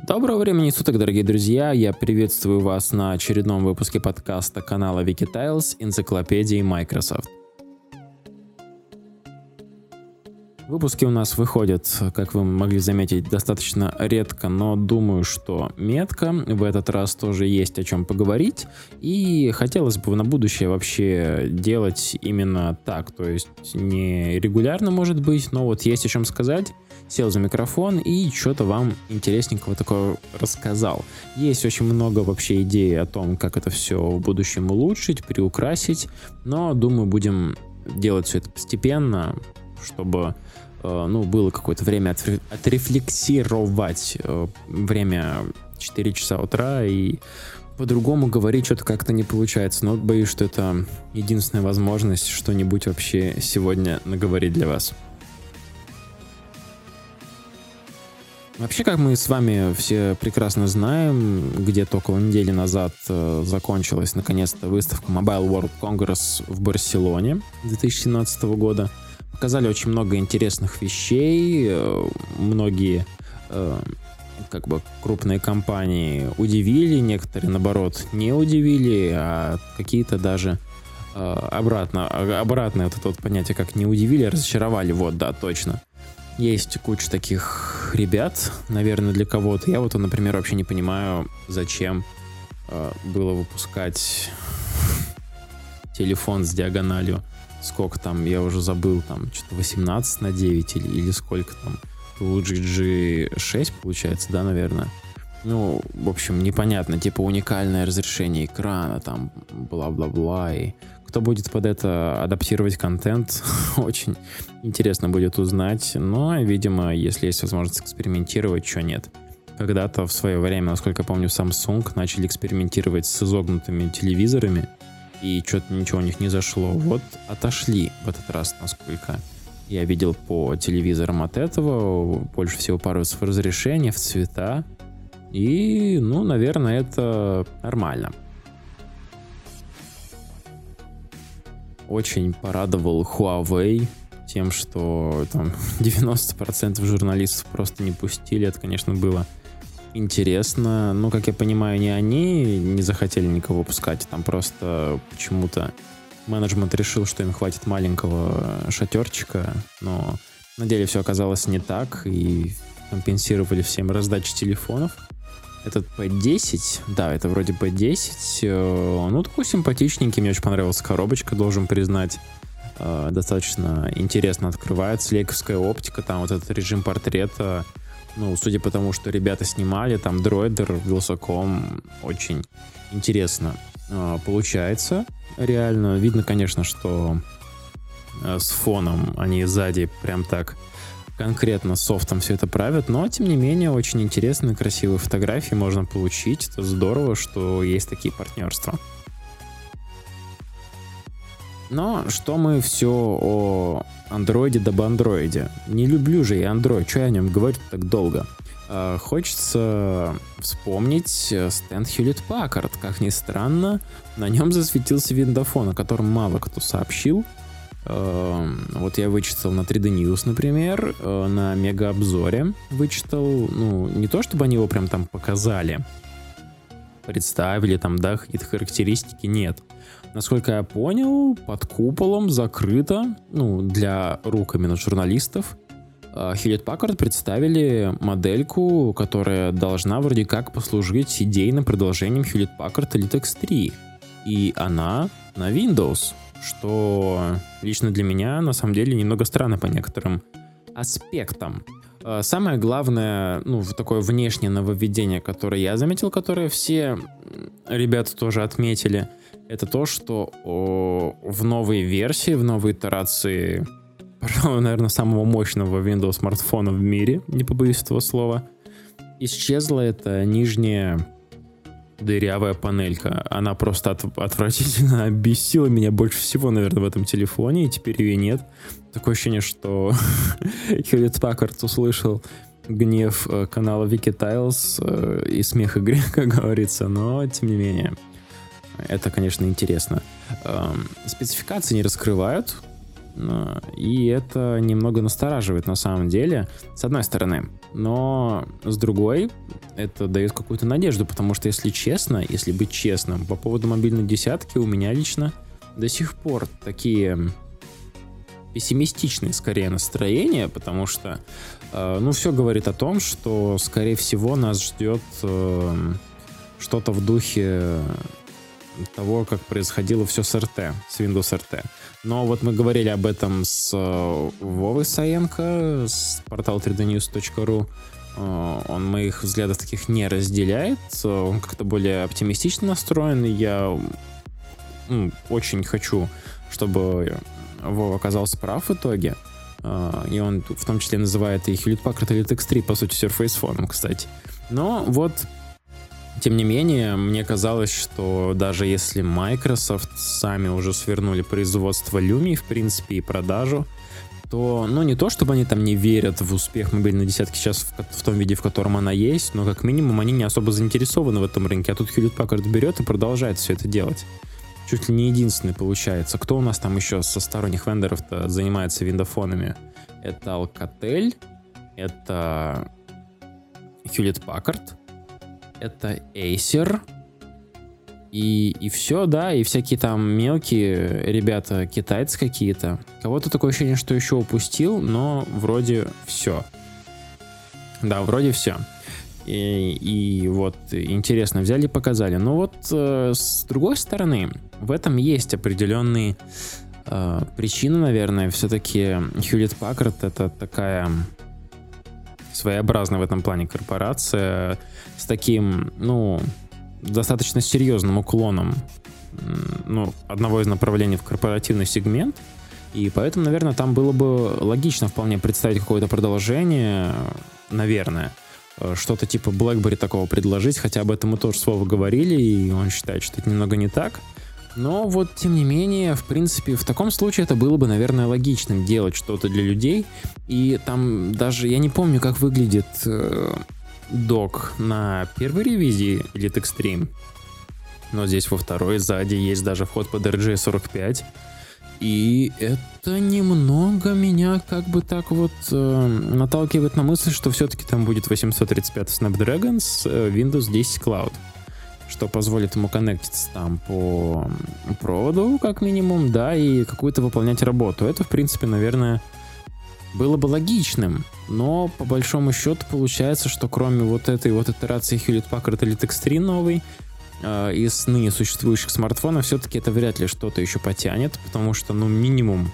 Доброго времени суток, дорогие друзья! Я приветствую вас на очередном выпуске подкаста канала Wikitiles энциклопедии Microsoft. Выпуски у нас выходят, как вы могли заметить, достаточно редко, но думаю, что метко. В этот раз тоже есть о чем поговорить. И хотелось бы на будущее вообще делать именно так. То есть не регулярно, может быть, но вот есть о чем сказать. Сел за микрофон и что-то вам интересненького такого рассказал. Есть очень много вообще идей о том, как это все в будущем улучшить, приукрасить. Но, думаю, будем делать все это постепенно, чтобы было какое-то время отрефлексировать время 4 часа утра и по-другому говорить что-то как-то не получается. Но боюсь, что это единственная возможность что-нибудь вообще сегодня наговорить для вас. Вообще, как мы с вами все прекрасно знаем, где-то около недели назад закончилась наконец-то выставка Mobile World Congress в Барселоне 2017 года. Показали очень много интересных вещей, многие крупные компании удивили, некоторые, наоборот, не удивили, а какие-то даже обратное вот это вот понятие, как не удивили, а разочаровали, вот, да, точно. Есть куча таких ребят, наверное, для кого-то. Я вот, например, вообще не понимаю, зачем было выпускать телефон с диагональю. Сколько там, я уже забыл, там что-то 18:9 или сколько там. Full G6 получается, да, наверное. Ну, в общем, непонятно, типа уникальное разрешение экрана, там, бла-бла-бла. И кто будет под это адаптировать контент, очень интересно будет узнать. Но, видимо, если есть возможность экспериментировать, что нет. Когда-то в свое время, насколько я помню, Samsung начали экспериментировать с изогнутыми телевизорами, и что-то ничего у них не зашло. Вот отошли в этот раз, насколько я видел по телевизорам от этого. Больше всего парус в разрешение, в цвета. И, наверное, это нормально. Очень порадовал Huawei тем, что там 90% журналистов просто не пустили. Это, конечно, было интересно. Но, как я понимаю, не они не захотели никого пускать. Там просто почему-то менеджмент решил, что им хватит маленького шатерчика. Но на деле все оказалось не так. И компенсировали всем раздачу телефонов. Этот P10, да, это вроде P10, такой симпатичненький, мне очень понравилась коробочка, должен признать, достаточно интересно открывается, лейковская оптика, там вот этот режим портрета, судя по тому, что ребята снимали, там дроидер, Wylsacom, очень интересно получается, реально, видно, конечно, что с фоном они сзади прям так конкретно софтом все это правят, но, тем не менее, очень интересные, красивые фотографии можно получить. Это здорово, что есть такие партнерства. Но что мы все о андроиде да бандроиде? Не люблю же я андроид, что я о нем говорю так долго? Хочется вспомнить стенд Hewlett-Packard. Как ни странно, на нем засветился виндофон, о котором мало кто сообщил. Вот я вычитал на 3D News, например, на мегаобзоре вычитал, не то чтобы они его прям там показали, представили там, да, какие-то характеристики, нет. Насколько я понял, под куполом закрыто, для рук именно журналистов, Hewlett-Packard представили модельку, которая должна вроде как послужить идейным продолжением Hewlett-Packard Elite X3. И она на Windows, что лично для меня на самом деле немного странно по некоторым аспектам. Самое главное, такое внешнее нововведение, которое я заметил, которое все ребята тоже отметили, это то, что в новой версии, в новой итерации, пожалуй, наверное, самого мощного Windows смартфона в мире, не побоюсь этого слова, исчезла эта нижняя дырявая панелька. Она просто отвратительно бесила меня больше всего, наверное, в этом телефоне, и теперь ее нет. Такое ощущение, что Hewlett-Packard услышал гнев канала Wikitiles и смех игры, как говорится, но тем не менее. Это, конечно, интересно. Спецификации не раскрывают. И это немного настораживает на самом деле, с одной стороны. Но с другой, это дает какую-то надежду, потому что, если быть честным, по поводу мобильной десятки у меня лично до сих пор такие пессимистичные, скорее, настроения, потому что, все говорит о том, что, скорее всего, нас ждет что-то в духе того, как происходило все с РТ, с Windows RT. Но вот мы говорили об этом с Вовой Саенко, с портала 3dnews.ru. Он моих взглядов таких не разделяет, он как-то более оптимистично настроен, и я очень хочу, чтобы Вова оказался прав в итоге. И он в том числе называет и Hewlett Packard Elite X3, по сути, Surface Phone, кстати. Но вот, тем не менее, мне казалось, что даже если Microsoft сами уже свернули производство Lumia, в принципе, и продажу, то, не то, чтобы они там не верят в успех мобильной десятки сейчас в том виде, в котором она есть, но как минимум они не особо заинтересованы в этом рынке, а тут Hewlett Packard берет и продолжает все это делать. Чуть ли не единственный получается. Кто у нас там еще со сторонних вендоров-то занимается виндофонами? Это Alcatel, это Hewlett Packard, это Acer, и все, да, и всякие там мелкие ребята, китайцы какие-то. Кого-то такое ощущение, что еще упустил, но вроде все. Да, вроде все. И вот интересно, взяли и показали. Но вот с другой стороны, в этом есть определенные причины, наверное. Все-таки Hewlett Packard — это такая своеобразная в этом плане корпорация с таким, достаточно серьезным уклоном одного из направлений в корпоративный сегмент. И поэтому, наверное, там было бы логично вполне представить какое-то продолжение, наверное. Что-то типа BlackBerry такого предложить, хотя об этом мы тоже с Вовой говорили, и он считает, что это немного не так. Но вот, тем не менее, в принципе, в таком случае это было бы, наверное, логичным делать что-то для людей. И там даже, я не помню, как выглядит док на первой ревизии Elite Extreme, но здесь во второй сзади есть даже вход под RJ45. И это немного меня как бы так вот наталкивает на мысль, что все-таки там будет 835 Snapdragon с Windows 10 Cloud, что позволит ему коннектиться там по проводу, как минимум, да, и какую-то выполнять работу. Это, в принципе, наверное, было бы логичным, но по большому счету получается, что кроме вот этой вот итерации Hewlett Packard Elite X3 новой, из ныне существующих смартфонов, все-таки это вряд ли что-то еще потянет, потому что, минимум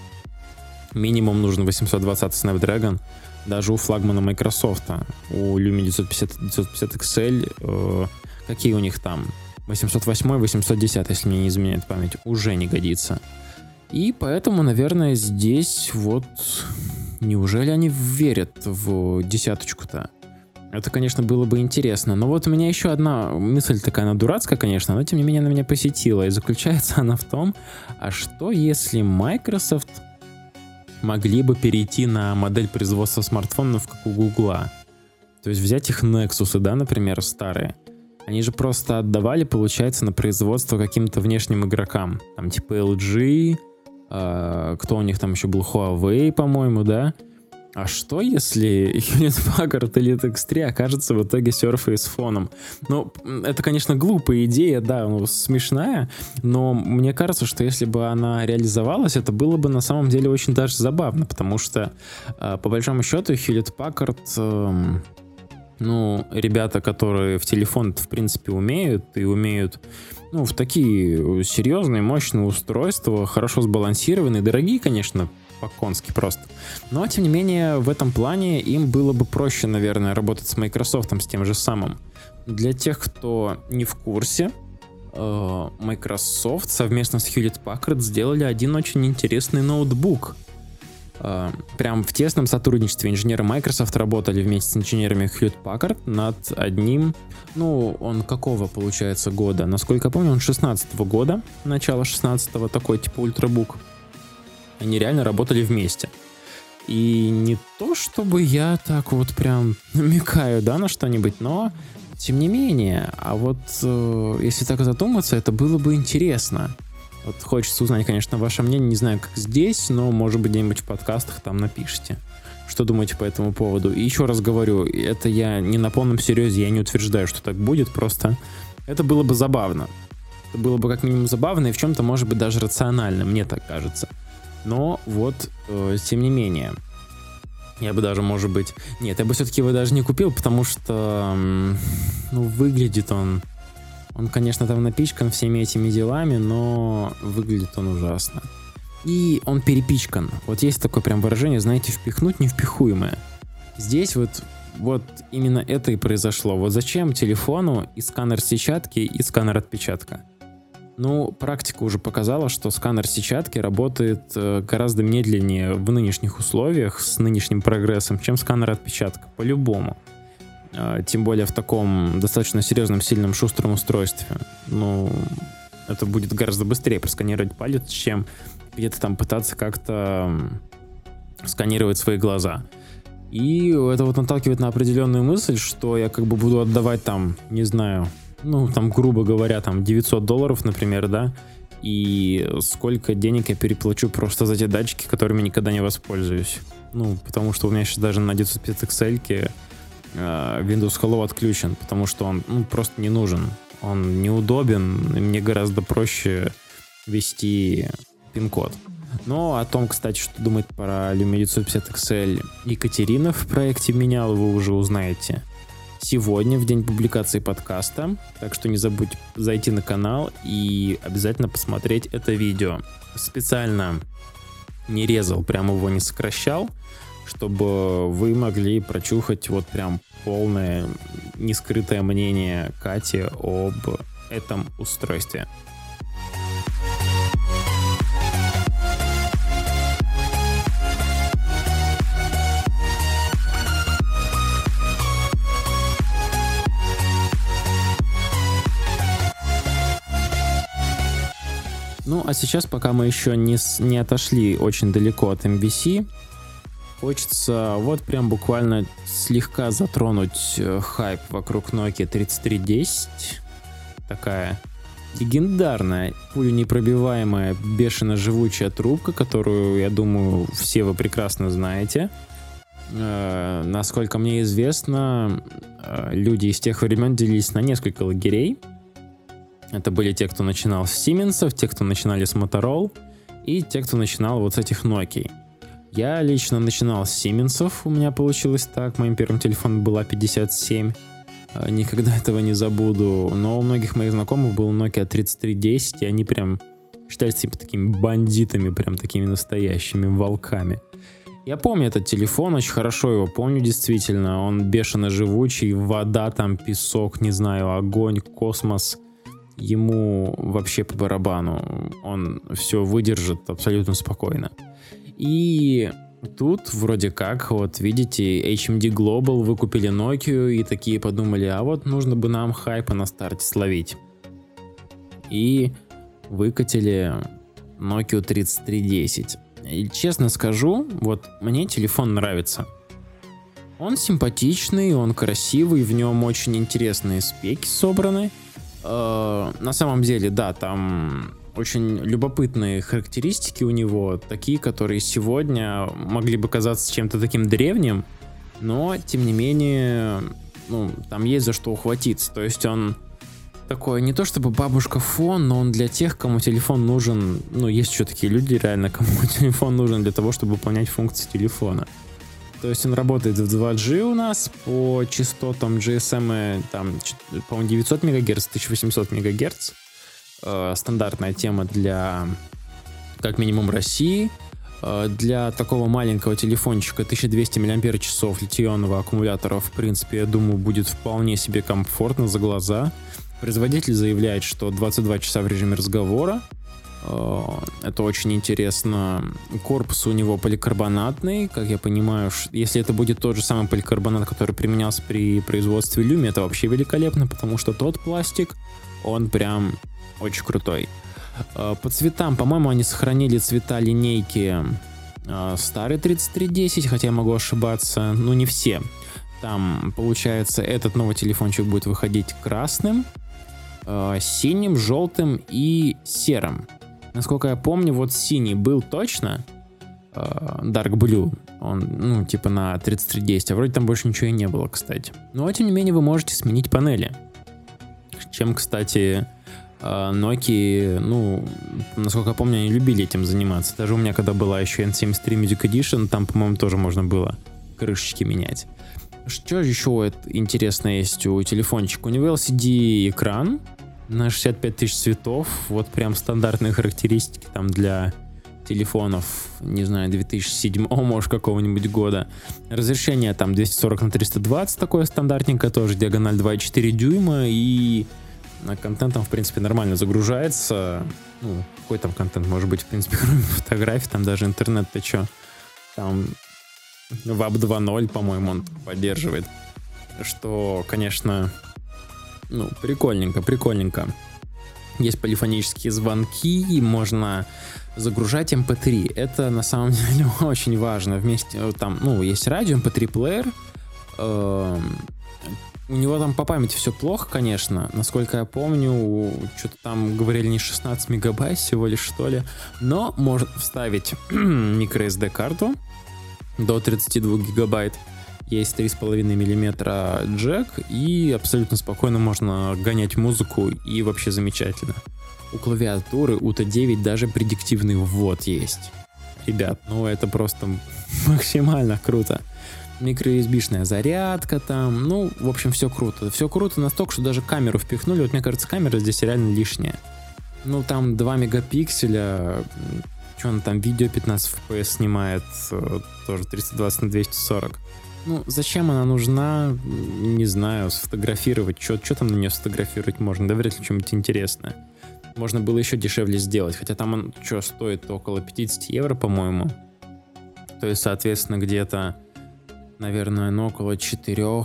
нужен 820 Snapdragon, даже у флагмана Microsoft, у Lumia 950 XL, какие у них там, 808, 810, если мне не изменяет память, уже не годится. И поэтому, наверное, здесь вот, неужели они верят в десяточку-то? Это, конечно, было бы интересно. Но вот у меня еще одна мысль такая, она дурацкая, конечно, но тем не менее она меня посетила. И заключается она в том, а что если Microsoft могли бы перейти на модель производства смартфонов, как у Гугла? То есть взять их Nexus, да, например, старые. Они же просто отдавали, получается, на производство каким-то внешним игрокам. Там типа LG, кто у них там еще был, Huawei, по-моему, да? А что, если Hewlett Packard Elite X3 окажется в итоге Surface Phone? Это, конечно, глупая идея, да, смешная, но мне кажется, что если бы она реализовалась, это было бы на самом деле очень даже забавно, потому что, по большому счету, Hewlett Packard, ребята, которые в телефон, в принципе, умеют в такие серьезные, мощные устройства, хорошо сбалансированные, дорогие, конечно, по-конски просто. Но, тем не менее, в этом плане им было бы проще, наверное, работать с Microsoft, с тем же самым. Для тех, кто не в курсе, Microsoft совместно с Hewlett Packard сделали один очень интересный ноутбук. Прям в тесном сотрудничестве инженеры Microsoft работали вместе с инженерами Hewlett Packard над одним, он какого, получается, года? Насколько я помню, он 16-го года, начало 16-го, такой типа ультрабук. Они реально работали вместе. И не то, чтобы я так вот прям намекаю, да, на что-нибудь, но тем не менее, а вот если так задуматься, это было бы интересно. Вот хочется узнать, конечно, ваше мнение, не знаю, как здесь, но, может быть, где-нибудь в подкастах там напишите, что думаете по этому поводу. И еще раз говорю, это я не на полном серьезе, я не утверждаю, что так будет, просто это было бы забавно. Это было бы как минимум забавно и в чем-то, может быть, даже рационально, мне так кажется. Но вот, тем не менее, я бы даже, может быть... Нет, я бы все-таки его даже не купил, потому что, выглядит он... Он, конечно, там напичкан всеми этими делами, но выглядит он ужасно. И он перепичкан. Вот есть такое прям выражение, знаете, впихнуть невпихуемое. Здесь вот именно это и произошло. Вот зачем телефону и сканер сетчатки, и сканер отпечатка? Практика уже показала, что сканер сетчатки работает гораздо медленнее в нынешних условиях, с нынешним прогрессом, чем сканер отпечатка, по-любому. Тем более в таком достаточно серьезном, сильном, шустром устройстве. Это будет гораздо быстрее просканировать палец, чем где-то там пытаться как-то сканировать свои глаза. И это вот наталкивает на определенную мысль, что я как бы буду отдавать там, не знаю, грубо говоря, там $900, например, да, и сколько денег я переплачу просто за те датчики, которыми никогда не воспользуюсь. Потому что у меня сейчас даже на 950 XL Windows Hello отключен, потому что он просто не нужен. Он неудобен, и мне гораздо проще ввести пин-код. Но о том, кстати, что думает про Lumia 950 XL Екатерина в проекте Менял, вы уже узнаете сегодня, в день публикации подкаста. Так что не забудь зайти на канал и обязательно посмотреть это видео. Специально не резал, прям его не сокращал, чтобы вы могли прочухать вот прям полное, нескрытое мнение Кати об этом устройстве. А сейчас, пока мы еще не отошли очень далеко от MVC, хочется вот прям буквально слегка затронуть хайп вокруг Nokia 3310. Такая легендарная, пуленепробиваемая, бешено живучая трубка, которую, я думаю, все вы прекрасно знаете. Насколько мне известно, люди из тех времен делились на несколько лагерей. Это были те, кто начинал с Siemens, те, кто начинали с Motorola, и те, кто начинал вот с этих Nokia. Я лично начинал с Siemens, у меня получилось так, моим первым телефоном была 57, никогда этого не забуду, но у многих моих знакомых был Nokia 3310, и они прям считались типа такими бандитами, прям такими настоящими волками. Я помню этот телефон, очень хорошо его помню, действительно, он бешено живучий, вода там, песок, не знаю, огонь, космос. Ему вообще по барабану, он все выдержит абсолютно спокойно. И тут вроде как, вот видите, HMD Global выкупили Nokia и такие подумали, а вот нужно бы нам хайпа на старте словить. И выкатили Nokia 3310. И честно скажу, вот мне телефон нравится. Он симпатичный, он красивый, в нем очень интересные спеки собраны. На самом деле, да, там очень любопытные характеристики у него, такие, которые сегодня могли бы казаться чем-то таким древним, но, тем не менее, там есть за что ухватиться. То есть он такой, не то чтобы бабушка-фон, но он для тех, кому телефон нужен, есть еще такие люди, реально, кому телефон нужен для того, чтобы выполнять функции телефона. То есть он работает в 2G у нас по частотам GSM, там, по-моему, 900 МГц, 1800 МГц. Стандартная тема для, как минимум, России. Для такого маленького телефончика 1200 мАч литий-ионного аккумулятора, в принципе, я думаю, будет вполне себе комфортно за глаза. Производитель заявляет, что 22 часа в режиме разговора. Это очень интересно. Корпус у него поликарбонатный, как я понимаю, если это будет тот же самый поликарбонат, который применялся при производстве Lumia, это вообще великолепно, потому что тот пластик, он прям очень крутой. По цветам, по-моему, они сохранили цвета линейки старый 3310, хотя я могу ошибаться, не все. Там, получается, этот новый телефончик будет выходить красным, синим, желтым и серым. Насколько я помню, вот синий был точно, Dark Blue, он, ну, типа на 3310, а вроде там больше ничего и не было, кстати. Но, тем не менее, вы можете сменить панели. Чем, кстати, Nokia, ну, насколько я помню, они любили этим заниматься. Даже у меня, когда была еще N73 Music Edition, там, по-моему, тоже можно было крышечки менять. Что еще интересно есть у телефончика? У него LCD-экран на 65 тысяч цветов. Вот прям стандартные характеристики там для телефонов, не знаю, 2007, может, какого-нибудь года. Разрешение там 240 на 320, такое стандартненькое тоже, диагональ 2,4 дюйма, и контент там, в принципе, нормально загружается. Ну, какой там контент может быть, в принципе, кроме фотографий, там даже интернет-то что? Там WAP 2.0, по-моему, он поддерживает. Что, конечно, ну, прикольненько. Есть полифонические звонки, можно загружать MP3. Это на самом деле очень важно. Вместе там, ну, есть радио, MP3 плеер. У него там по памяти все плохо, конечно. Насколько я помню, что-то там говорили не 16 мегабайт всего лишь, что ли. Но может вставить microSD карту до 32 гигабайт. Есть 3,5 миллиметра джек, и абсолютно спокойно можно гонять музыку, и вообще замечательно. У клавиатуры у Т9 даже предиктивный ввод есть. Ребят, ну это просто максимально круто. Микро-USB-шная зарядка там, ну, в общем, все круто. Все круто настолько, что даже камеру впихнули. Вот мне кажется, камера здесь реально лишняя. Ну, там 2 мегапикселя, что он там, видео 15 FPS снимает, тоже 320 на 240. Ну, зачем она нужна, не знаю, сфотографировать, что там на нее сфотографировать можно, да вряд ли что-нибудь интересное. Можно было еще дешевле сделать, хотя там он, что, стоит около 50 евро, по-моему. То есть, соответственно, где-то, наверное, ну, около 4-5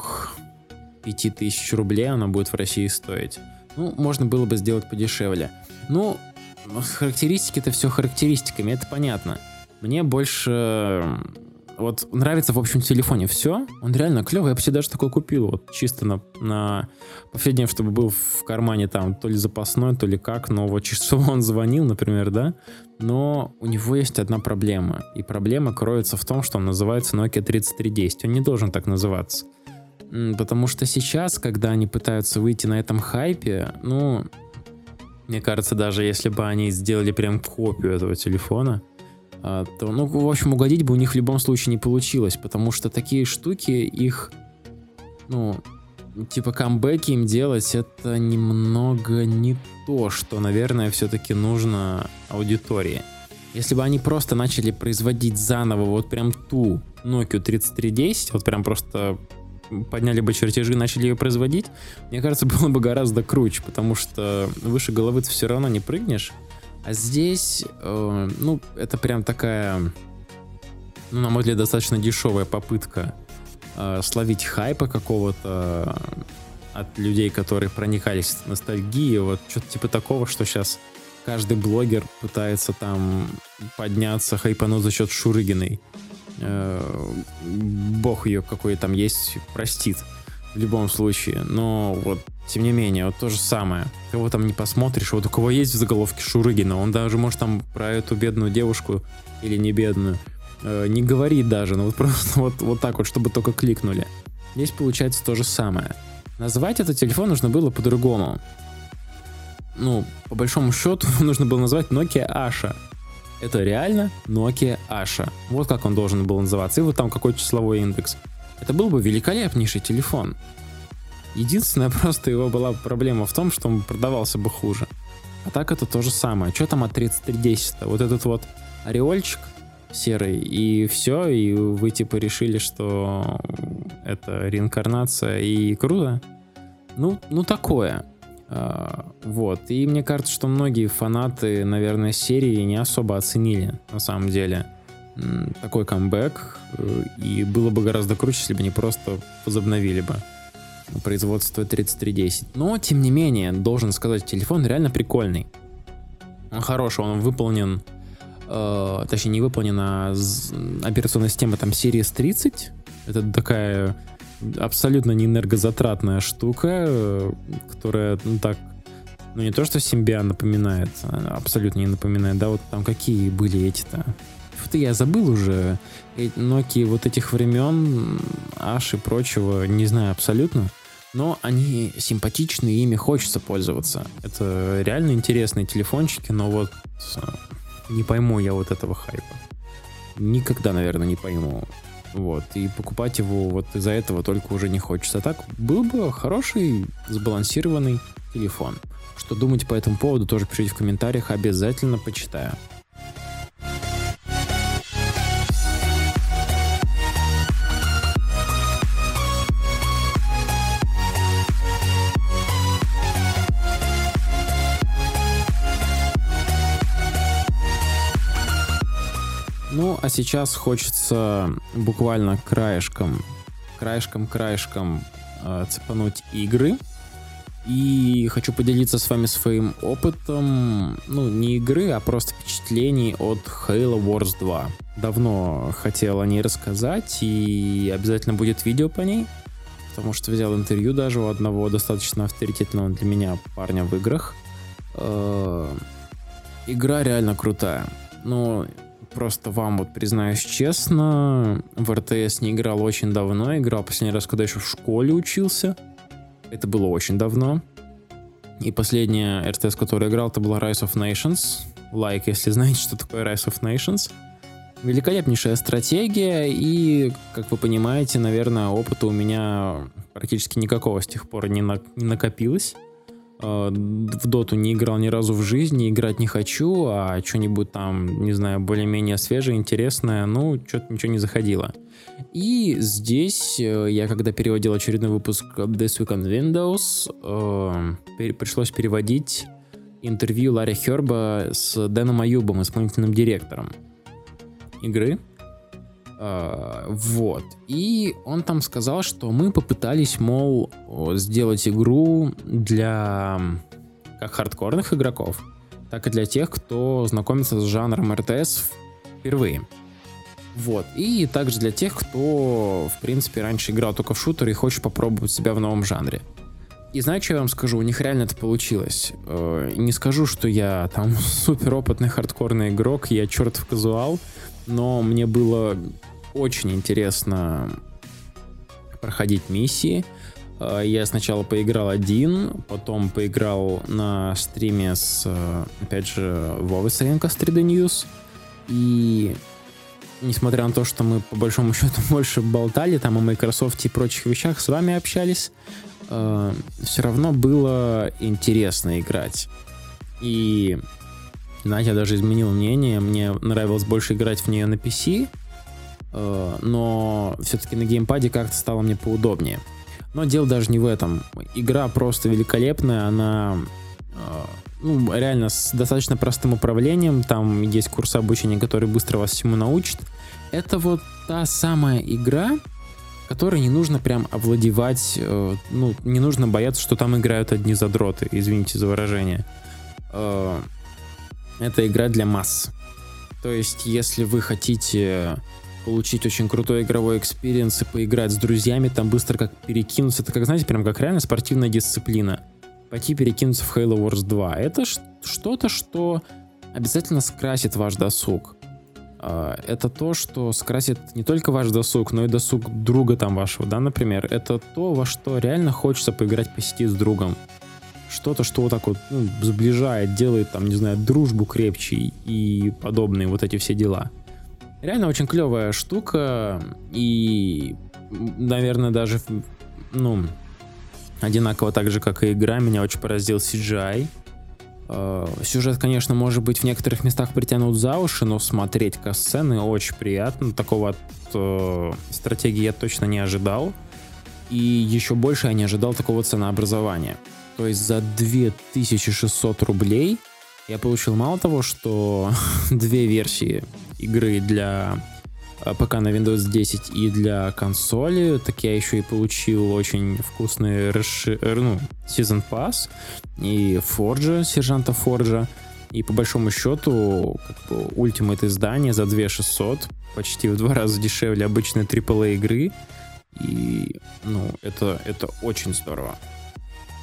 тысяч рублей она будет в России стоить. Ну, можно было бы сделать подешевле. Ну, характеристики-то все характеристиками, это понятно. Мне больше вот нравится в общем в телефоне все. Он реально клевый, я бы себе даже такой купил. Вот чисто на последнее, чтобы был в кармане там то ли запасной, то ли как. Но вот чисто чтобы он звонил, например, да. Но у него есть одна проблема. И проблема кроется в том, что он называется Nokia 3310. Он не должен так называться. Потому что сейчас, когда они пытаются выйти на этом хайпе, ну, мне кажется, даже если бы они сделали прям копию этого телефона, то, ну, в общем, угодить бы у них в любом случае не получилось, потому что такие штуки, их, ну, типа камбэки им делать, это немного не то, что, наверное, все-таки нужно аудитории. Если бы они просто начали производить заново вот прям ту Nokia 3310, вот прям просто подняли бы чертежи и начали ее производить, мне кажется, было бы гораздо круче, потому что выше головы ты все равно не прыгнешь. А здесь, ну, это прям такая, ну, на мой взгляд, достаточно дешевая попытка словить хайпа какого-то от людей, которые проникались ностальгией. Вот что-то типа такого, что сейчас каждый блогер пытается там подняться, хайпануть за счет Шурыгиной. Бог ее какой там есть, простит в любом случае. Но вот, тем не менее, вот то же самое. Кого там не посмотришь, вот у кого есть в заголовке Шурыгина, он даже может там про эту бедную девушку или не бедную не говорит даже, ну вот просто вот так вот, чтобы только кликнули. Здесь получается то же самое. Назвать этот телефон нужно было по-другому. Ну, по большому счету, нужно было назвать Nokia Asha. Это реально Nokia Asha. Вот как он должен был называться. И вот там какой числовой индекс. Это был бы великолепнейший телефон. Единственная просто его была проблема в том, что он продавался бы хуже. А так это то же самое. Что там от 3310-то? Вот этот вот ореольчик серый, и все, и вы типа решили, что это реинкарнация, и круто. Ну такое. Вот. И мне кажется, что многие фанаты, наверное, серии не особо оценили, на самом деле, такой камбэк. И было бы гораздо круче, если бы они просто возобновили бы производство 3310. Но, тем не менее, должен сказать, телефон реально прикольный. Он хороший, он выполнен, точнее не выполнен, а операционная система там Series 30. Это такая абсолютно не энергозатратная штука, которая, ну так, Ну, не то, что Symbian напоминает, абсолютно не напоминает, да, вот там какие были эти-то. Вот я забыл уже, Nokia вот этих времен, Аш и прочего, не знаю абсолютно, но они симпатичные, ими хочется пользоваться. Это реально интересные телефончики, но вот не пойму я вот этого хайпа. Никогда, наверное, не пойму. Вот, и покупать его вот из-за этого только уже не хочется. Так, был бы хороший, сбалансированный телефон. Что думаете по этому поводу, тоже пишите в комментариях, обязательно почитаю. Ну, а сейчас хочется буквально краешком цепануть игры. И хочу поделиться с вами своим опытом, ну, не игры, а просто впечатлений от Halo Wars 2. Давно хотел о ней рассказать, и обязательно будет видео по ней, потому что взял интервью даже у одного достаточно авторитетного для меня парня в играх. Игра реально крутая. Ну, просто вам вот признаюсь честно, в РТС не играл очень давно, играл последний раз, когда еще в школе учился. Это было очень давно. И последняя РТС, которую я играл, это была Rise of Nations. Лайк, если знаете, что такое Rise of Nations. Великолепнейшая стратегия, и, как вы понимаете, наверное, опыта у меня практически никакого с тех пор не накопилось. В доту не играл ни разу в жизни, играть не хочу, а что-нибудь там, не знаю, более-менее свежее, интересное, ну, что-то ничего не заходило. И здесь я, когда переводил очередной выпуск This Week on Windows, пришлось переводить интервью Ларри Херба с Дэном Аюбом, исполнительным директором игры. Вот. И он там сказал, что мы попытались, мол, сделать игру для как хардкорных игроков, так и для тех, кто знакомится с жанром РТС впервые. Вот. И также для тех, кто, в принципе, раньше играл только в шутеры и хочет попробовать себя в новом жанре. И знаете, что я вам скажу? У них реально это получилось. Не скажу, что я там суперопытный хардкорный игрок, я чертов казуал, но мне было очень интересно проходить миссии. Я сначала поиграл один, потом поиграл на стриме с, опять же, Вовой Саенко с 3D News. И несмотря на то, что мы по большому счету больше болтали там о Microsoft и прочих вещах, с вами общались, все равно было интересно играть. И, знаете, я даже изменил мнение, мне нравилось больше играть в нее на PC, но все-таки на геймпаде как-то стало мне поудобнее. Но дело даже не в этом. Игра просто великолепная, она реально с достаточно простым управлением, там есть курсы обучения, которые быстро вас всему научат. Это вот та самая игра, которой не нужно прям овладевать, не нужно бояться, что там играют одни задроты, извините за выражение. Это игра для масс. То есть, если вы хотите получить очень крутой игровой экспириенс и поиграть с друзьями, там быстро как перекинуться, это как, знаете, прям как реально спортивная дисциплина. Пойти перекинуться в Halo Wars 2. Это что-то, что обязательно скрасит ваш досуг. Это то, что скрасит не только ваш досуг, но и досуг друга там вашего, да, например. Это то, во что реально хочется поиграть по сети с другом. Что-то, что вот так вот сближает, делает там, не знаю, дружбу крепче и подобные вот эти все дела. Реально очень клевая штука, и, наверное, даже, одинаково так же, как и игра, меня очень поразил CGI. Сюжет, конечно, может быть в некоторых местах притянут за уши, но смотреть катсцены очень приятно. Такого от стратегии я точно не ожидал. И еще больше я не ожидал такого ценообразования. То есть за 2600 рублей я получил мало того, что две версии игры для ПК на Windows 10 и для консоли, так я еще и получил очень вкусный Season Pass и Forge, сержанта Forge. И по большому счету, Ultimate издание за 2600, почти в 2 раза дешевле обычной AAA игры. И, это очень здорово.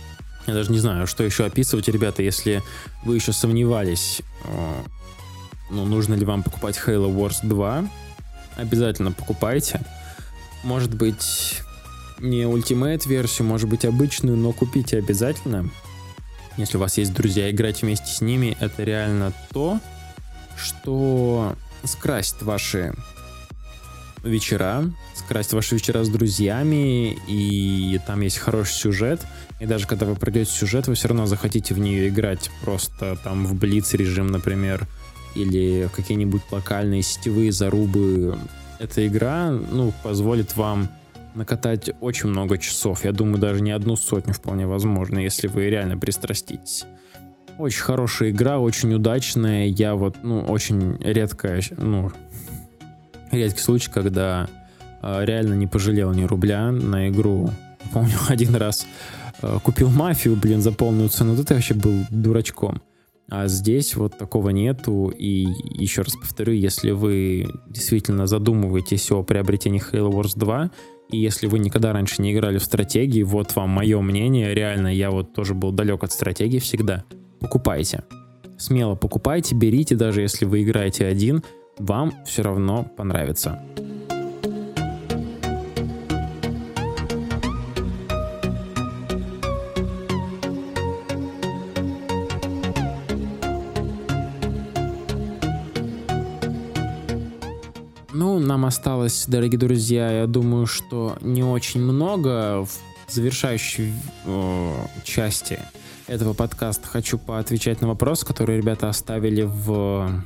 Я даже не знаю, что еще описывать, ребята, если вы еще сомневались, нужно ли вам покупать Halo Wars 2, обязательно покупайте. Может быть, не Ultimate версию, может быть обычную, но купите обязательно. Если у вас есть друзья, играть вместе с ними, это реально то, что скрасит ваши вечера с друзьями, и там есть хороший сюжет, и даже когда вы пройдете сюжет, вы все равно захотите в нее играть просто там в блиц режим, например, или какие-нибудь локальные сетевые зарубы. Эта игра, позволит вам накатать очень много часов, я думаю, даже не 100 вполне возможно, если вы реально пристраститесь. Очень хорошая игра, очень удачная, я очень редкий случай, когда реально не пожалел ни рубля на игру. Помню, один раз купил Мафию, за полную цену, это вообще был дурачком. А здесь вот такого нету, и еще раз повторю, если вы действительно задумываетесь о приобретении Halo Wars 2, и если вы никогда раньше не играли в стратегии, вот вам мое мнение, реально, я тоже был далек от стратегии всегда, покупайте. Смело покупайте, берите, даже если вы играете один, вам все равно понравится. Нам осталось, дорогие друзья, я думаю, что не очень много. В завершающей части этого подкаста хочу поотвечать на вопросы, которые ребята оставили в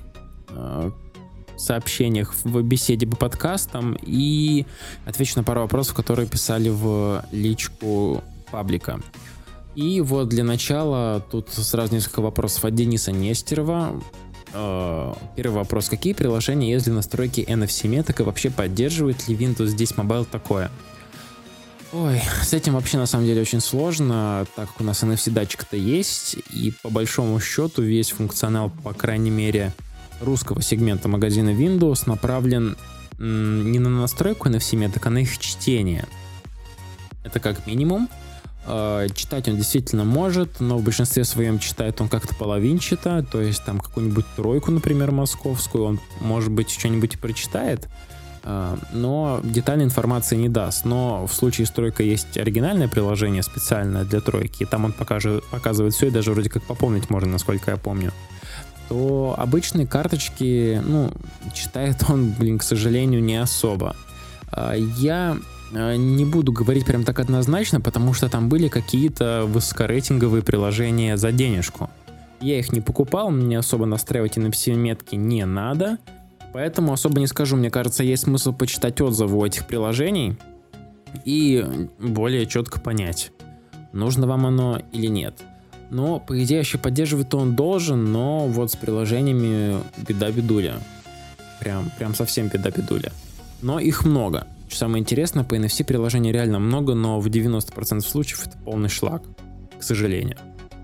сообщениях в беседе по подкастам, и отвечу на пару вопросов, которые писали в личку паблика. И вот для начала тут сразу несколько вопросов от Дениса Нестерова. Первый вопрос. Какие приложения есть для настройки NFC-меток и вообще поддерживает ли Windows 10 Mobile такое? Ой, с этим вообще на самом деле очень сложно, так как у нас NFC-датчик-то есть, и по большому счету весь функционал, по крайней мере, русского сегмента магазина Windows направлен не на настройку NFC-меток, а на их чтение. Это как минимум. Читать он действительно может, но в большинстве своем читает он как-то половинчато, то есть там какую-нибудь тройку, например, московскую, он, может быть, что-нибудь и прочитает, но детальной информации не даст. Но в случае с тройкой есть оригинальное приложение специальное для тройки, и там он показывает все, и даже вроде как пополнить можно, насколько я помню. То обычные карточки, читает он, к сожалению, не особо. Я не буду говорить прям так однозначно, потому что там были какие-то высокорейтинговые приложения за денежку. Я их не покупал, мне особо настраивать NFC-метки не надо, поэтому особо не скажу. Мне кажется, есть смысл почитать отзывы у этих приложений и более четко понять, нужно вам оно или нет. Но, по идее, еще поддерживать он должен, но вот с приложениями беда-бедуля. Прям совсем беда-бедуля. Но их много. Что самое интересное, по NFC приложений реально много, но в 90% случаев это полный шлак, к сожалению.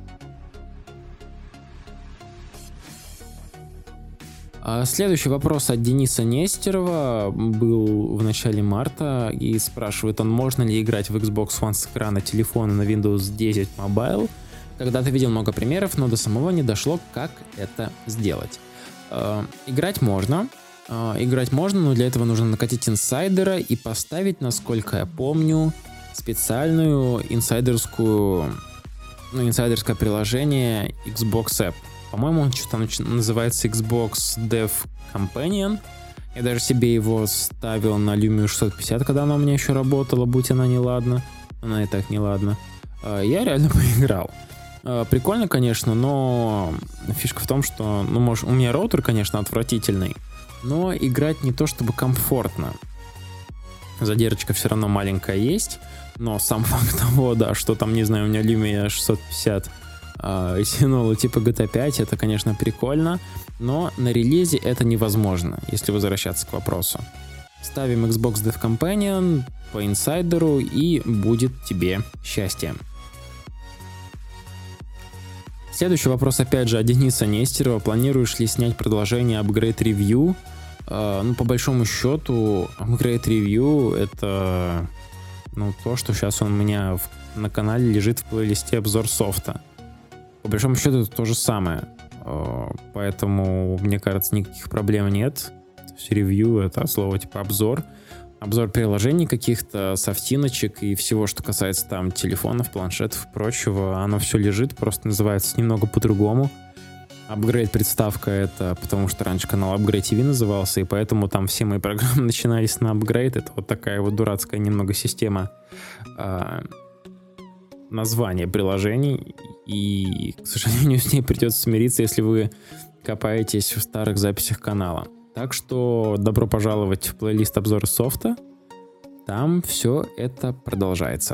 Следующий вопрос от Дениса Нестерова был в начале марта и спрашивает он, можно ли играть в Xbox One с экрана телефона на Windows 10 Mobile. Когда-то видел много примеров, но до самого не дошло, как это сделать. Играть можно, но для этого нужно накатить инсайдера и поставить, насколько я помню, специальную инсайдерское приложение Xbox App. По-моему, он что-то называется Xbox Dev Companion. Я даже себе его ставил на Lumia 650, когда она у меня еще работала, будь она неладна. Она и так неладна. Я реально поиграл. Прикольно, конечно, но фишка в том, что, у меня роутер, конечно, отвратительный, но играть не то чтобы комфортно. Задержка все равно маленькая есть, но сам факт того, что там, не знаю, у меня Lumia 650 тянуло типа GTA 5, это, конечно, прикольно, но на релизе это невозможно, если возвращаться к вопросу. Ставим Xbox Dev Companion по инсайдеру, и будет тебе счастье. Следующий вопрос, опять же, от Дениса Нестерова. Планируешь ли снять продолжение Upgrade Review? По большому счету, Upgrade Review — это то, что сейчас он у меня на канале лежит в плейлисте обзор софта. По большому счету это то же самое. Поэтому, мне кажется, никаких проблем нет. То есть ревью — это слово типа обзор. Обзор приложений каких-то, софтиночек и всего, что касается там телефонов, планшетов и прочего. Оно все лежит, просто называется немного по-другому. Upgrade приставка — это потому что раньше канал Upgrade TV назывался, и поэтому там все мои программы начинались на Upgrade. Это вот такая вот дурацкая немного система названия приложений, и, к сожалению, с ней придется смириться, если вы копаетесь в старых записях канала. Так что добро пожаловать в плейлист обзора софта. Там все это продолжается.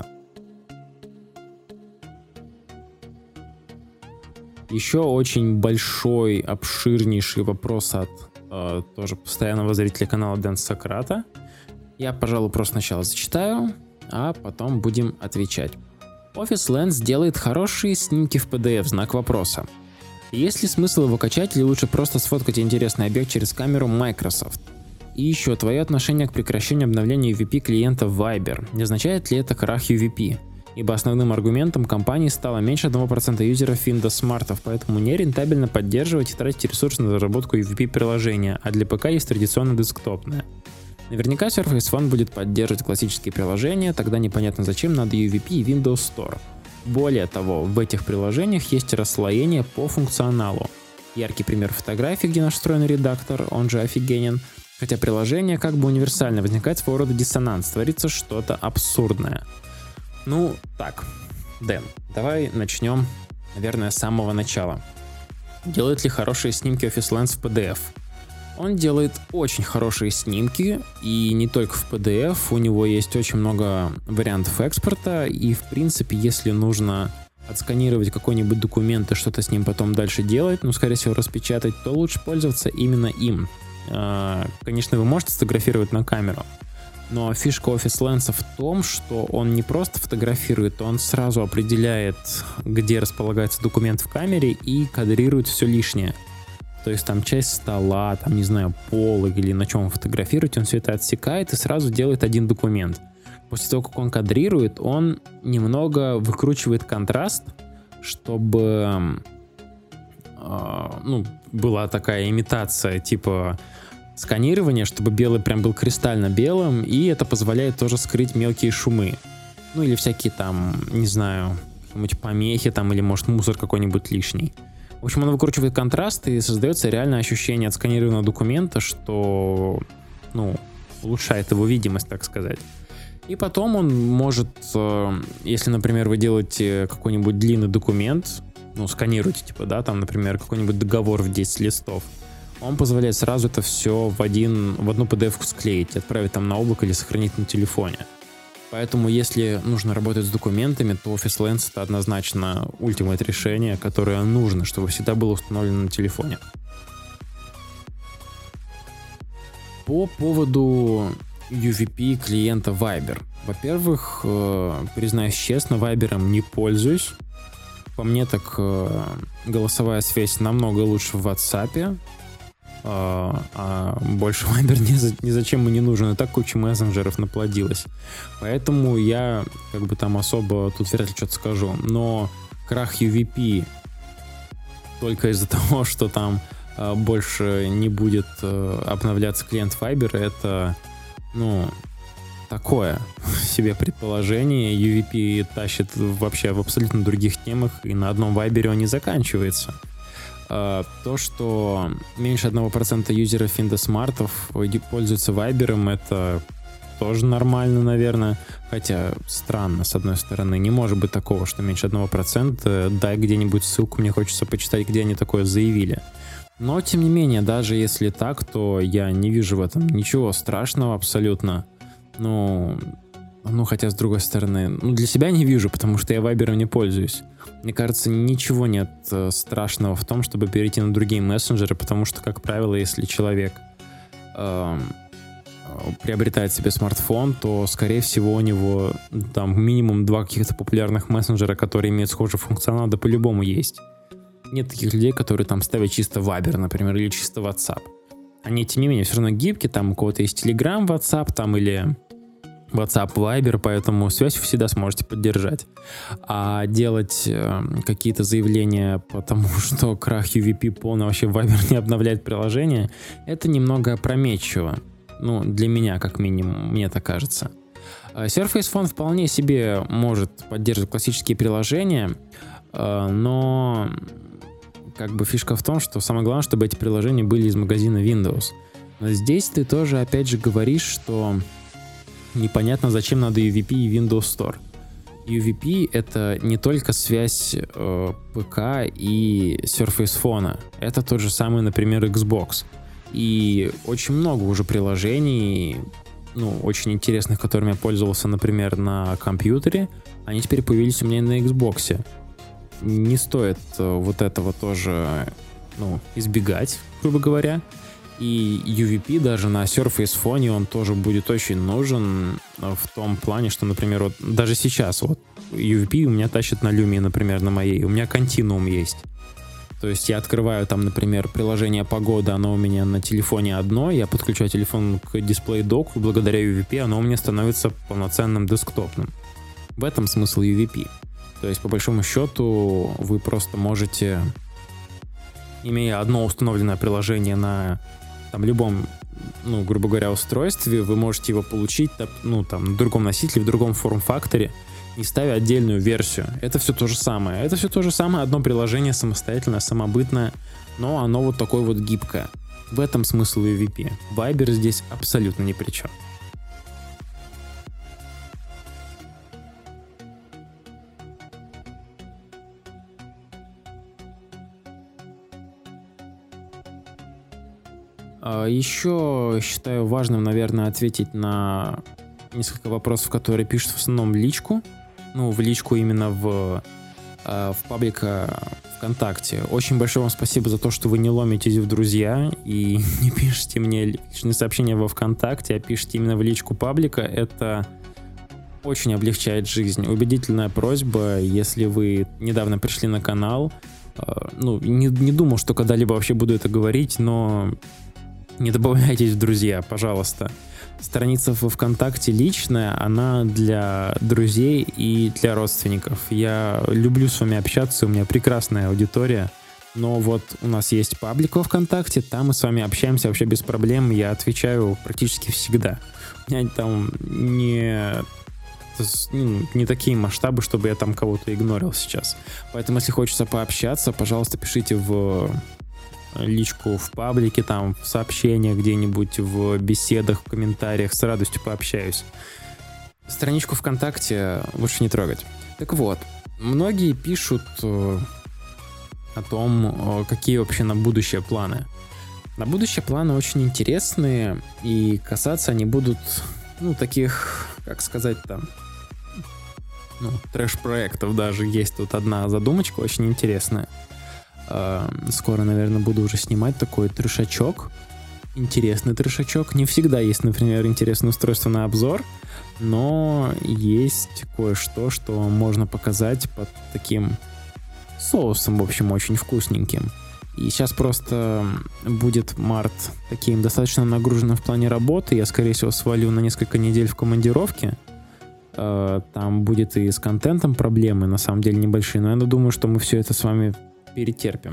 Еще очень большой, обширнейший вопрос от тоже постоянного зрителя канала Дэн Сократа. Я, пожалуй, просто сначала зачитаю, а потом будем отвечать. Office Lens делает хорошие снимки в PDF, знак вопроса. Есть ли смысл его качать или лучше просто сфоткать интересный объект через камеру Microsoft? И еще, твое отношение к прекращению обновления UVP клиента Viber. Не означает ли это крах UVP? Ибо основным аргументом компании стало меньше 1% юзеров Windows смартов, поэтому нерентабельно поддерживать и тратить ресурсы на разработку UVP приложения, а для ПК есть традиционно десктопное. Наверняка Surface Phone будет поддерживать классические приложения, тогда непонятно зачем надо UVP и Windows Store. Более того, в этих приложениях есть расслоение по функционалу. Яркий пример фотографии, где наш встроенный редактор, он же офигенен. Хотя приложение как бы универсально, возникает своего рода диссонанс, творится что-то абсурдное. Ну, так, Дэн, давай начнем, наверное, с самого начала. Делает ли хорошие снимки Office Lens в PDF? Он делает очень хорошие снимки, и не только в PDF, у него есть очень много вариантов экспорта, и в принципе, если нужно отсканировать какой-нибудь документ и что-то с ним потом дальше делать, ну, скорее всего, распечатать, то лучше пользоваться именно им. Конечно, вы можете сфотографировать на камеру, но фишка Office Lens в том, что он не просто фотографирует, он сразу определяет, где располагается документ в камере и кадрирует все лишнее. То есть там часть стола, там, не знаю, пол или на чем фотографировать, он все это отсекает и сразу делает один документ. После того, как он кадрирует, он немного выкручивает контраст, чтобы была такая имитация типа сканирования, чтобы белый прям был кристально белым, и это позволяет тоже скрыть мелкие шумы. Ну или всякие там, не знаю, какие-нибудь помехи там, или может мусор какой-нибудь лишний. В общем, он выкручивает контраст, и создается реальное ощущение отсканированного документа, что, улучшает его видимость, так сказать. И потом он может, если, например, вы делаете какой-нибудь длинный документ, сканируете, там, например, какой-нибудь договор в 10 листов, он позволяет сразу это все в одну PDF-ку склеить, отправить там на облако или сохранить на телефоне. Поэтому, если нужно работать с документами, то Office Lens — это однозначно ультимейт решение, которое нужно, чтобы всегда было установлено на телефоне. По поводу UVP клиента Viber. Во-первых, признаюсь честно, Viber не пользуюсь. По мне так голосовая связь намного лучше в WhatsApp. А больше Viber ни зачем и не нужен, и так куча мессенджеров наплодилось. Поэтому я там особо тут вряд ли что-то скажу. Но крах UVP только из-за того, что там больше не будет обновляться клиент Viber, это, такое себе предположение. UVP тащит вообще в абсолютно других темах, и на одном Viber он не заканчивается. То, что меньше 1% юзеров Windows смартов пользуются Viber'ом, это тоже нормально, наверное. Хотя странно, с одной стороны. Не может быть такого, что меньше 1%. Дай где-нибудь ссылку, мне хочется почитать, где они такое заявили. Но, тем не менее, даже если так, то я не вижу в этом ничего страшного абсолютно. Хотя, с другой стороны, для себя не вижу, потому что я Viber'ом не пользуюсь. Мне кажется, ничего нет страшного в том, чтобы перейти на другие мессенджеры, потому что, как правило, если человек приобретает себе смартфон, то, скорее всего, у него там минимум 2 каких-то популярных мессенджера, которые имеют схожий функционал, да по-любому есть. Нет таких людей, которые там ставят чисто Viber, например, или чисто WhatsApp. Они, тем не менее, все равно гибкие, там у кого-то есть Telegram, WhatsApp, там или WhatsApp, Viber, поэтому связь вы всегда сможете поддержать. А делать какие-то заявления по тому, что крах UVP полный, вообще Viber не обновляет приложение, это немного опрометчиво. Ну, для меня, как минимум, мне так кажется. Surface Phone вполне себе может поддерживать классические приложения, но как бы фишка в том, что самое главное, чтобы эти приложения были из магазина Windows. Но здесь ты тоже опять же говоришь, что непонятно, зачем надо UVP и Windows Store. UVP — это не только связь ПК и Surface Phone. Это тот же самый, например, Xbox. И очень много уже приложений, ну, очень интересных, которыми я пользовался, например, на компьютере, они теперь появились у меня на Xbox. Не стоит вот этого тоже, ну, избегать, грубо говоря. И UVP даже на Surface Phone, он тоже будет очень нужен в том плане, что, например, вот даже сейчас вот UVP у меня тащит на Lumia, например, на моей. У меня Continuum есть. То есть я открываю там, например, приложение погода, оно у меня на телефоне одно, я подключаю телефон к дисплей-доку, благодаря UVP оно у меня становится полноценным десктопным. В этом смысл UVP. То есть, по большому счету, вы просто можете, имея одно установленное приложение на там, любом, ну, грубо говоря, устройстве, вы можете его получить, ну, там, на другом носителе, в другом форм-факторе, не ставя отдельную версию. Это все то же самое. Это все то же самое, одно приложение самостоятельное, самобытное, но оно вот такое вот гибкое. В этом смысл UVP. Viber здесь абсолютно ни при чем. Еще считаю важным, наверное, ответить на несколько вопросов, которые пишут в основном в личку. Ну, в личку именно в паблика ВКонтакте. Очень большое вам спасибо за то, что вы не ломитесь в друзья и не пишете мне личные сообщения во ВКонтакте, а пишете именно в личку паблика. Это очень облегчает жизнь. Убедительная просьба, если вы недавно пришли на канал, ну, не думал, что когда-либо вообще буду это говорить, но не добавляйтесь в друзья, пожалуйста. Страница во ВКонтакте личная, она для друзей и для родственников. Я люблю с вами общаться, у меня прекрасная аудитория, но вот у нас есть паблик во ВКонтакте, там мы с вами общаемся вообще без проблем, я отвечаю практически всегда. У меня там не такие масштабы, чтобы я там кого-то игнорил сейчас. Поэтому, если хочется пообщаться, пожалуйста, пишите в личку в паблике, там, в сообщениях где-нибудь, в беседах, в комментариях, с радостью пообщаюсь. Страничку ВКонтакте лучше не трогать. Так вот, многие пишут о том, какие вообще на будущее планы. На будущее планы очень интересные, и касаться они будут, ну, таких, как сказать там, ну, трэш-проектов даже. Есть тут одна задумочка очень интересная. Скоро, наверное, буду уже снимать такой трешачок. Интересный трешачок. Не всегда есть, например, интересное устройство на обзор, но есть кое-что, что можно показать под таким соусом, в общем, очень вкусненьким. И сейчас просто будет март таким достаточно нагруженным в плане работы. Я, скорее всего, свалю на несколько недель в командировке. Там будет и с контентом проблемы, на самом деле, небольшие. Но я думаю, что мы все это с вами перетерпим.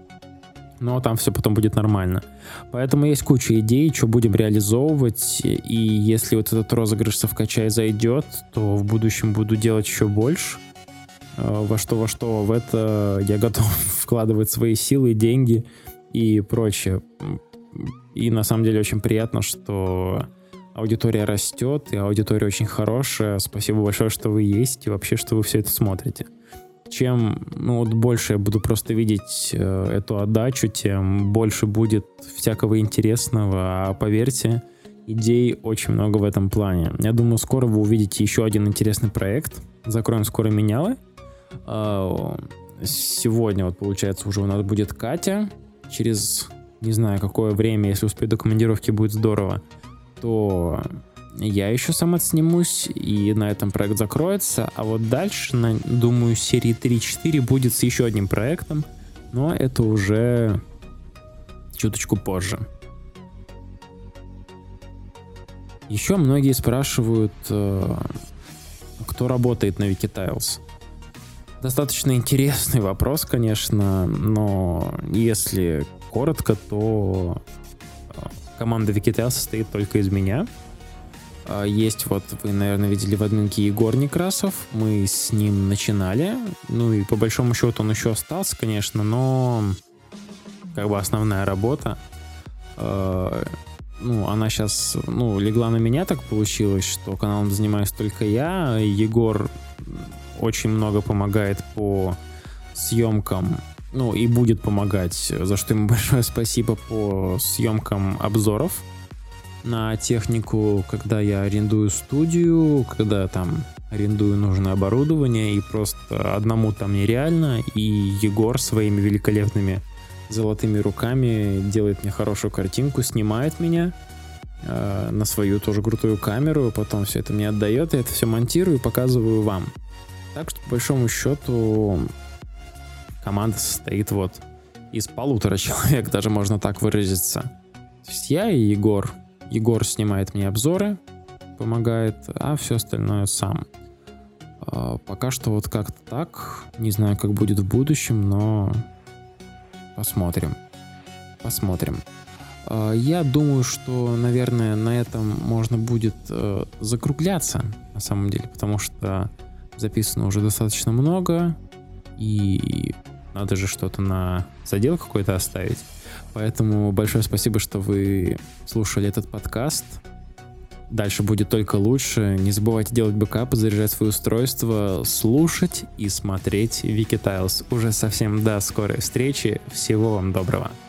Но там все потом будет нормально. Поэтому есть куча идей, что будем реализовывать. И если вот этот розыгрыш «Совкачай» зайдет, то в будущем буду делать еще больше. Во что в это я готов вкладывать свои силы, деньги и прочее. И на самом деле очень приятно, что аудитория растет, и аудитория очень хорошая. Спасибо большое, что вы есть, и вообще, что вы все это смотрите. Чем вот больше я буду просто видеть эту отдачу, тем больше будет всякого интересного. А поверьте, идей очень много в этом плане. Я думаю, скоро вы увидите еще один интересный проект. Закроем скоро менялы. Сегодня, вот получается, уже у нас будет Катя. Через, не знаю, какое время, если успею до командировки, будет здорово, то я еще сам отснимусь, и на этом проект закроется. А вот дальше, думаю, серии 3-4 будет с еще одним проектом, но это уже чуточку позже. Еще многие спрашивают, кто работает на Wikitiles. Достаточно интересный вопрос, конечно, но если коротко, то команда Wikitiles состоит только из меня. Есть вот, вы, наверное, видели в админке Егор Некрасов, мы с ним начинали, ну и по большому счету он еще остался, конечно, но как бы основная работа, она сейчас, легла на меня, так получилось, что каналом занимаюсь только я. Егор очень много помогает по съемкам, и будет помогать, за что ему большое спасибо, по съемкам обзоров на технику, когда я арендую студию, когда там арендую нужное оборудование, и просто одному там нереально, и Егор своими великолепными золотыми руками делает мне хорошую картинку, снимает меня на свою тоже крутую камеру, потом все это мне отдает, я это все монтирую и показываю вам. Так что, по большому счету, команда состоит вот из 1,5 человек, даже можно так выразиться. То есть я и Егор. Егор снимает мне обзоры, помогает, а все остальное сам. Пока что вот как-то так. Не знаю, как будет в будущем, но посмотрим. Я думаю, что, наверное, на этом можно будет закругляться, на самом деле, потому что записано уже достаточно много, и надо же что-то на задел какой-то оставить. Поэтому большое спасибо, что вы слушали этот подкаст. Дальше будет только лучше. Не забывайте делать бэкапы, заряжать свое устройство, слушать и смотреть Wikitiles. Уже совсем до скорой встречи. Всего вам доброго.